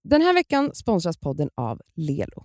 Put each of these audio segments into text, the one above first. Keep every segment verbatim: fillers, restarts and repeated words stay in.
Den här veckan sponsras podden av Lelo.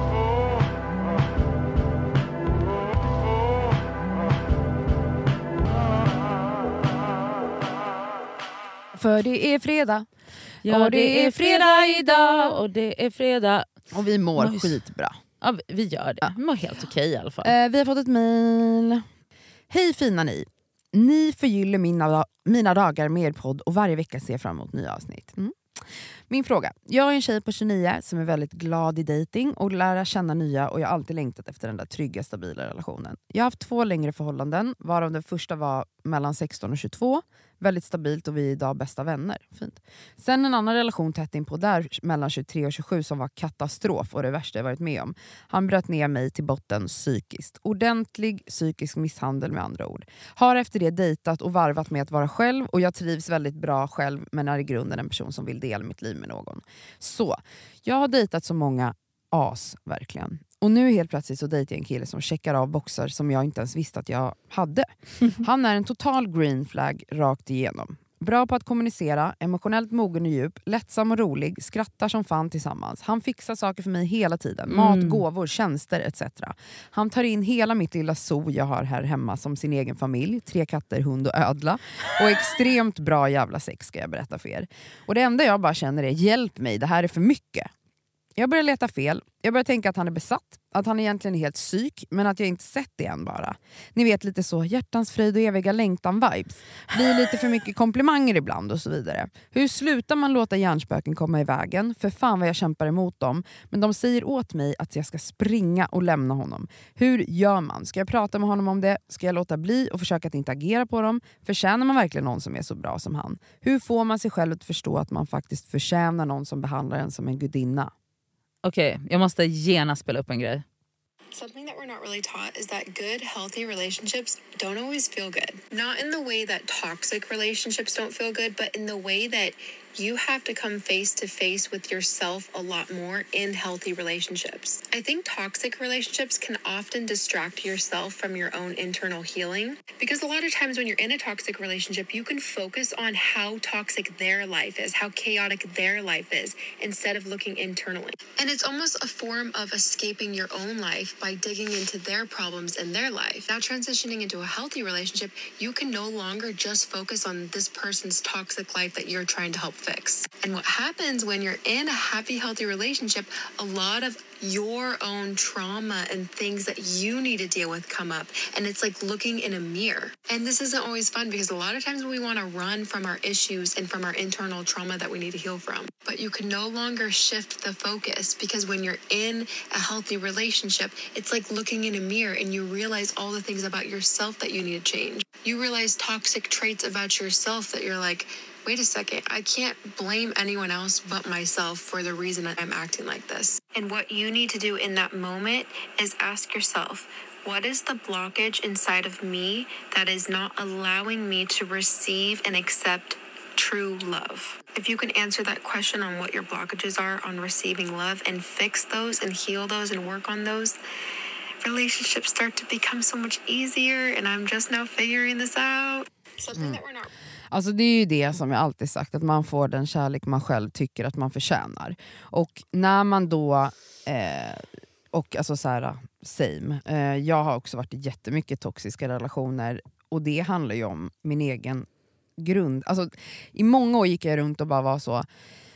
För det är fredag. Ja, och det är fredag idag och det är fredag. Och vi mår nice. skitbra. Ja, vi gör det. Ja. Vi mår helt okej i alla fall. Eh, vi har fått ett mejl. Hej fina ni. Ni förgyller mina, mina dagar med er podd och varje vecka ser jag fram emot nya avsnitt. Mm. Min fråga. Jag är en tjej på tjugonio som är väldigt glad i dating och lära känna nya, och jag har alltid längtat efter den där trygga, stabila relationen. Jag har haft två längre förhållanden, varav den första var mellan sexton och tjugotvå. Väldigt stabilt och vi är idag bästa vänner. Fint. Sen en annan relation tätt in på där mellan tjugotre och tjugosju som var katastrof och det värsta jag varit med om. Han bröt ner mig till botten psykiskt. Ordentlig psykisk misshandel med andra ord. Har efter det dejtat och varvat med att vara själv, och jag trivs väldigt bra själv, men är i grunden en person som vill dela mitt liv med någon. Så, jag har dejtat så många as, verkligen. Och nu helt plötsligt så dejtar jag en kille som checkar av boxar som jag inte ens visste att jag hade. Han är en total green flag rakt igenom. Bra på att kommunicera, emotionellt mogen och djup, lättsam och rolig, skrattar som fan tillsammans. Han fixar saker för mig hela tiden. Mm. Mat, gåvor, tjänster et cetera. Han tar in hela mitt lilla zoo jag har här hemma som sin egen familj. Tre katter, hund och ödla. Och extremt bra jävla sex ska jag berätta för er. Och det enda jag bara känner är, hjälp mig, det här är för mycket. Jag börjar leta fel. Jag börjar tänka att han är besatt. Att han egentligen är helt psyk. Men att jag inte sett det än bara. Ni vet, lite så hjärtans frid och eviga längtan-vibes. Blir lite för mycket komplimanger ibland och så vidare. Hur slutar man låta hjärnspöken komma i vägen? För fan vad jag kämpar emot dem. Men de säger åt mig att jag ska springa och lämna honom. Hur gör man? Ska jag prata med honom om det? Ska jag låta bli och försöka att inte agera på dem? Förtjänar man verkligen någon som är så bra som han? Hur får man sig själv att förstå att man faktiskt förtjänar någon som behandlar en som en gudinna? Okej, okay, jag måste gärna spela upp en grej. Something that we're not really taught is that good, healthy relationships don't always feel good. Not in the way that toxic relationships don't feel good, but in the way that you have to come face to face with yourself a lot more in healthy relationships. I think toxic relationships can often distract yourself from your own internal healing, because a lot of times when you're in a toxic relationship, you can focus on how toxic their life is, how chaotic their life is, instead of looking internally. And it's almost a form of escaping your own life by digging into their problems in their life. Now transitioning into a healthy relationship, you can no longer just focus on this person's toxic life that you're trying to help fix. And what happens when you're in a happy, healthy relationship, a lot of your own trauma and things that you need to deal with come up. And it's like looking in a mirror. And this isn't always fun, because a lot of times we want to run from our issues and from our internal trauma that we need to heal from. But you can no longer shift the focus, because when you're in a healthy relationship, it's like looking in a mirror and you realize all the things about yourself that you need to change. You realize toxic traits about yourself that you're like, wait a second, I can't blame anyone else but myself for the reason I'm acting like this. And what you need to do in that moment is ask yourself, what is the blockage inside of me that is not allowing me to receive and accept true love? If you can answer that question on what your blockages are on receiving love and fix those and heal those and work on those, relationships start to become so much easier, and I'm just now figuring this out. Something that we're not... Alltså det är ju det som jag alltid sagt, att man får den kärlek man själv tycker att man förtjänar. Och när man då, eh, och alltså så här, same, eh, jag har också varit i jättemycket toxiska relationer, och det handlar ju om min egen grund. Alltså i många år gick jag runt och bara var så,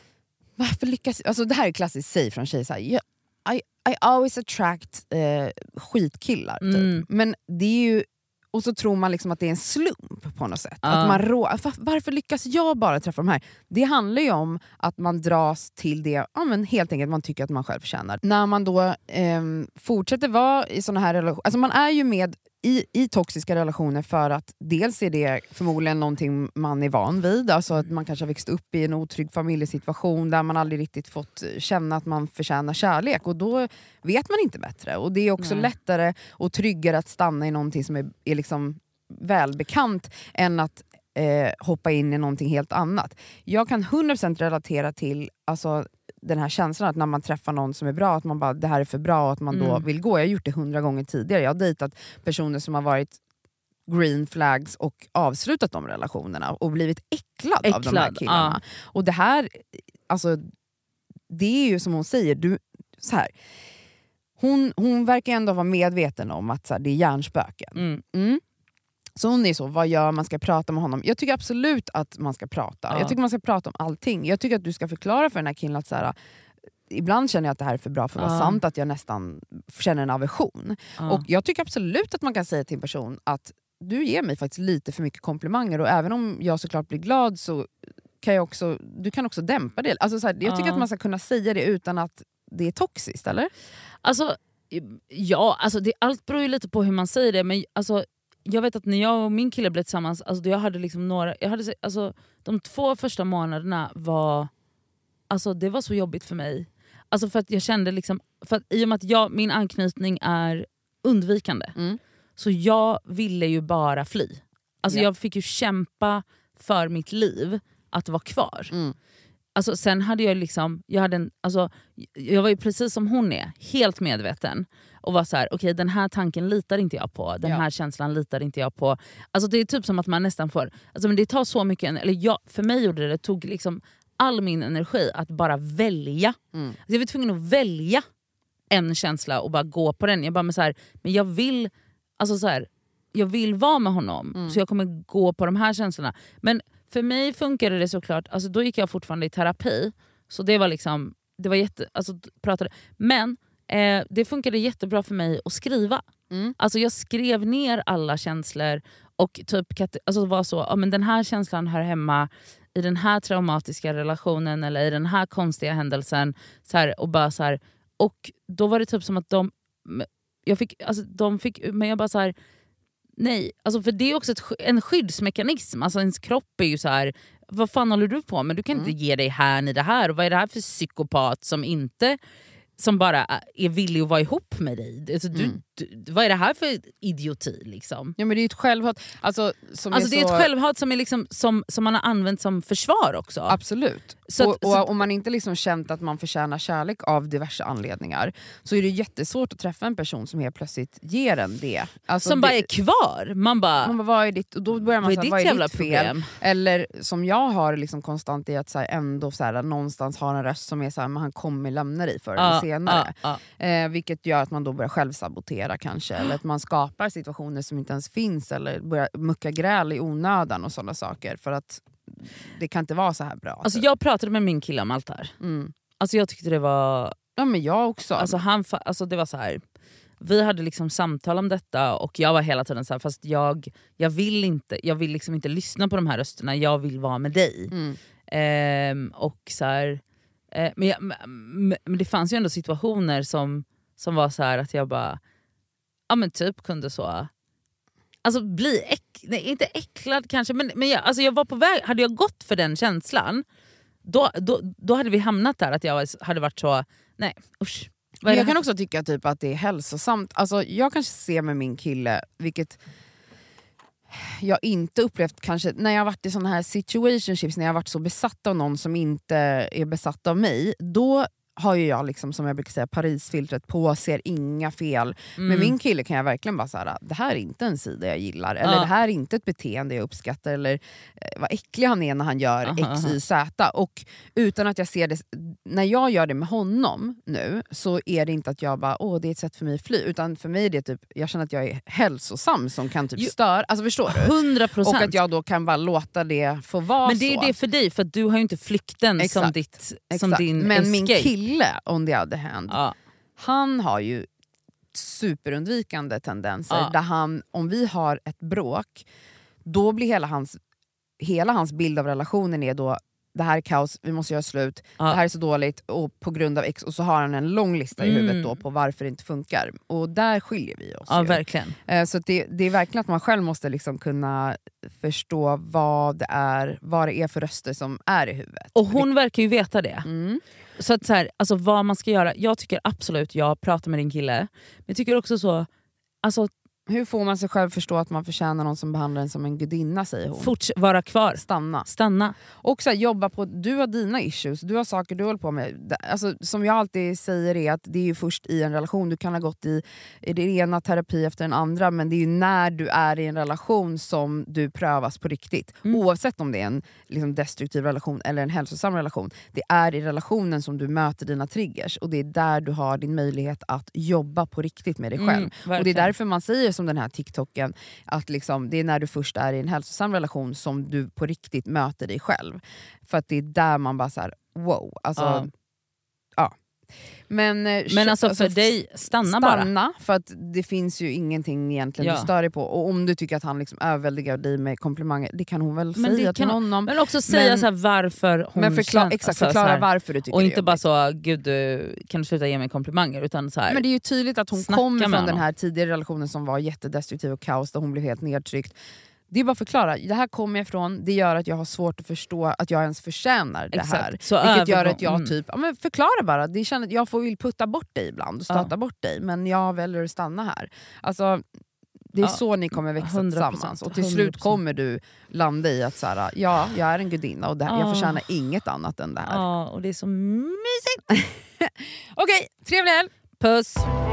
varför lyckas, alltså det här är klassiskt säg från tjejer så här, I, I always attract eh, skitkillar typ. Mm. Men det är ju, och så tror man liksom att det är en slump på något sätt. Uh. Att man rå, varför lyckas jag bara träffa de här? Det handlar ju om att man dras till det, ja, men helt enkelt man tycker att man själv förtjänar. När man då eh, fortsätter vara i såna här relationer, alltså man är ju med i, i toxiska relationer för att dels är det förmodligen någonting man är van vid, alltså att man kanske har växt upp i en otrygg familjesituation där man aldrig riktigt fått känna att man förtjänar kärlek, och då vet man inte bättre, och det är också Nej. lättare och tryggare att stanna i någonting som är, är liksom välbekant än att eh, hoppa in i någonting helt annat. Jag kan hundra procent relatera till alltså den här känslan att när man träffar någon som är bra, att man bara, det här är för bra och att man mm. då vill gå. Jag har gjort det hundra gånger tidigare. Jag har dejtat personer som har varit green flags och avslutat de relationerna och blivit äcklad, äcklad av de här killarna. Ja. Och det här, alltså det är ju som hon säger, du, så här, hon, hon verkar ändå vara medveten om att så här, det är hjärnspöken. Mm. Mm. Så hon är så, vad gör man, ska prata med honom? Jag tycker absolut att man ska prata. Ja. Jag tycker man ska prata om allting. Jag tycker att du ska förklara för den här killen att så här, ibland känner jag att det här är för bra för att vara Ja. sant, att jag nästan känner en aversion. Ja. Och jag tycker absolut att man kan säga till en person att du ger mig faktiskt lite för mycket komplimanger, och även om jag såklart blir glad så kan jag också, du kan också dämpa det. Alltså så här, jag tycker Ja. att man ska kunna säga det utan att det är toxiskt, eller? Alltså, ja, alltså det, allt beror ju lite på hur man säger det. Men alltså, jag vet att när jag och min kille blev tillsammans, alltså jag hade liksom några, jag hade, alltså, de två första månaderna var, alltså det var så jobbigt för mig. Alltså för att jag kände liksom, för att i och med att jag, min anknytning är undvikande, Mm. så jag ville ju bara fly. Alltså Ja. jag fick ju kämpa för mitt liv att vara kvar. Mm. Alltså sen hade jag liksom, jag, hade en, alltså, jag var ju precis som hon är, helt medveten. Och var så här, okej okay, den här tanken litar inte jag på, den Ja. här känslan litar inte jag på. Alltså det är typ som att man nästan får, alltså men det tar så mycket, eller jag, för mig gjorde det, det tog liksom all min energi att bara välja. Mm. Alltså jag var tvungen att välja en känsla och bara gå på den. Jag bara, men så här, men jag vill, alltså så här, jag vill vara med honom, Mm. så jag kommer gå på de här känslorna. Men för mig funkade det såklart, alltså då gick jag fortfarande i terapi, så det var liksom, det var jätte, alltså pratade, men eh, det funkade jättebra för mig att skriva. Mm. Alltså jag skrev ner alla känslor och typ, alltså var så, ja, men den här känslan hör hemma i den här traumatiska relationen eller i den här konstiga händelsen, så här, och bara så här, och då var det typ som att de jag fick, alltså de fick, men jag bara så här, nej, alltså för det är också ett, en skyddsmekanism. Alltså ens kropp är ju så här, vad fan håller du på med? Du kan Mm. inte ge dig här i det här. Och vad är det här för psykopat som inte, som bara är villig att vara ihop med dig? Alltså du, Mm. du, vad är det här för idioti liksom? Ja, men det är ju ett självhat. Alltså, som Alltså är det är så... ett självhat som, är liksom, som, som man har använt som försvar också. Absolut. Så och, att- och så- om man inte liksom känt att man förtjänar kärlek av diverse anledningar, så är det jättesvårt att träffa en person som helt plötsligt ger en det. Alltså som det, bara är kvar. Man bara, man bara, vad är ditt, och då börjar man vad är säga, ditt vad är jävla ditt fel? problem? Eller som jag har liksom konstant i att så här, ändå så här, någonstans har en röst som är så här, men han kommer lämna dig förr eller Ja, senare. ja, ja. Eh, vilket gör att man då börjar självsabotera kanske, eller att man skapar situationer som inte ens finns, eller börjar mucka gräl i onödan och sådana saker, för att det kan inte vara så här bra. Alltså typ. jag pratade med min kille om allt det här. mm. Alltså jag tyckte det var, Ja, men jag också. alltså han, fa- alltså det var så här. Vi hade liksom samtal om detta och jag var hela tiden så här, fast jag, jag vill inte, jag vill liksom inte lyssna på de här rösterna, jag vill vara med dig. mm. Ehm, och så här, eh, men, jag, men, men det fanns ju ändå situationer som, som var så här att jag bara, ja men typ kunde så, alltså bli äck, nej, inte äcklad kanske, men, men jag, alltså jag var på väg, hade jag gått för den känslan, då, då, då hade vi hamnat där att jag hade varit så, nej usch. Vad är Men det jag här? kan också tycka typ att det är hälsosamt. Alltså, jag kanske ser med min kille, vilket jag inte upplevt kanske när jag har varit i såna här situationships, när jag har varit så besatt av någon som inte är besatt av mig, då har ju jag liksom, som jag brukar säga, Parisfiltret på, ser inga fel. Mm. Men min kille kan jag verkligen bara säga, det här är inte en sida jag gillar, eller Ja. det här är inte ett beteende jag uppskattar, eller eh, vad äcklig han är när han gör Aha, X, Y, Z. Och utan att jag ser det, när jag gör det med honom nu, så är det inte att jag bara, åh det är ett sätt för mig att fly, utan för mig är det typ, jag känner att jag är hälsosam som kan typ Jo. störa, alltså förstår du? hundra procent. Och att jag då kan bara låta det få vara Men det är så. ju det för dig, för att du har ju inte flykten som, Exakt. ditt, som Exakt. din Men escape. min kille, on the other hand, Ja. han har ju superundvikande tendenser, Ja. där han, om vi har ett bråk, då blir hela hans, hela hans bild av relationen är då, det här är kaos, vi måste göra slut, Ja. det här är så dåligt och på grund av X, och så har han en lång lista i Mm. huvudet då på varför det inte funkar. Och där skiljer vi oss Ja, ju. verkligen. Eh, Så att det, det är verkligen att man själv måste liksom kunna förstå vad det är, vad det är för röster som är i huvudet. Och hon verkar ju veta det. Mm. Så att så här, alltså vad man ska göra, jag tycker absolut, jag pratar med din kille, men jag tycker också så, alltså Hur får man sig själv förstå att man förtjänar någon som behandlar en som en gudinna, säger hon. Forts vara kvar. Stanna. Stanna. Och så här, jobba på, du har dina issues, du har saker du håller på med. Alltså, som jag alltid säger är att det är ju först i en relation, du kan ha gått i, i det ena terapi efter den andra, men det är ju när du är i en relation som du prövas på riktigt. Mm. Oavsett om det är en liksom, destruktiv relation eller en hälsosam relation. Det är i relationen som du möter dina triggers, och det är där du har din möjlighet att jobba på riktigt med dig själv. Mm, och det är därför man säger som den här TikToken, att liksom, det är när du först är i en hälsosam relation som du på riktigt möter dig själv. För att det är där man bara så här, wow. Alltså, ja. ja. Men, Men alltså för alltså, dig, stanna, stanna bara. Stanna, för att det finns ju ingenting egentligen ja. du stör dig på. Och om du tycker att han liksom överväldigar dig med komplimanger, det kan hon väl men säga till honom. Men också säga men, så här varför hon men förklara, känner, exakt, alltså, förklara här, varför du tycker och det. Och inte bara så, gud du, kan du sluta ge mig komplimanger? Utan så här, men det är ju tydligt att hon kommer från den här tidigare relationen som var jättedestruktiv och kaos, där hon blev helt nedtryckt. Det är bara att förklara, det här kommer jag ifrån, det gör att jag har svårt att förstå att jag ens förtjänar det här. Exakt. Så vilket gör att jag typ, ja, men förklara bara, det känner att jag får vill putta bort dig ibland och stöta ja. bort dig, men jag väljer att stanna här. Alltså, det är ja. så ni kommer växa tillsammans, och till slut hundra procent kommer du landa i att så här, ja, jag är en gudinna och det här, ja. jag förtjänar inget annat än det här. Ja, och det är så mysigt. Okej, trevlig helg! Puss!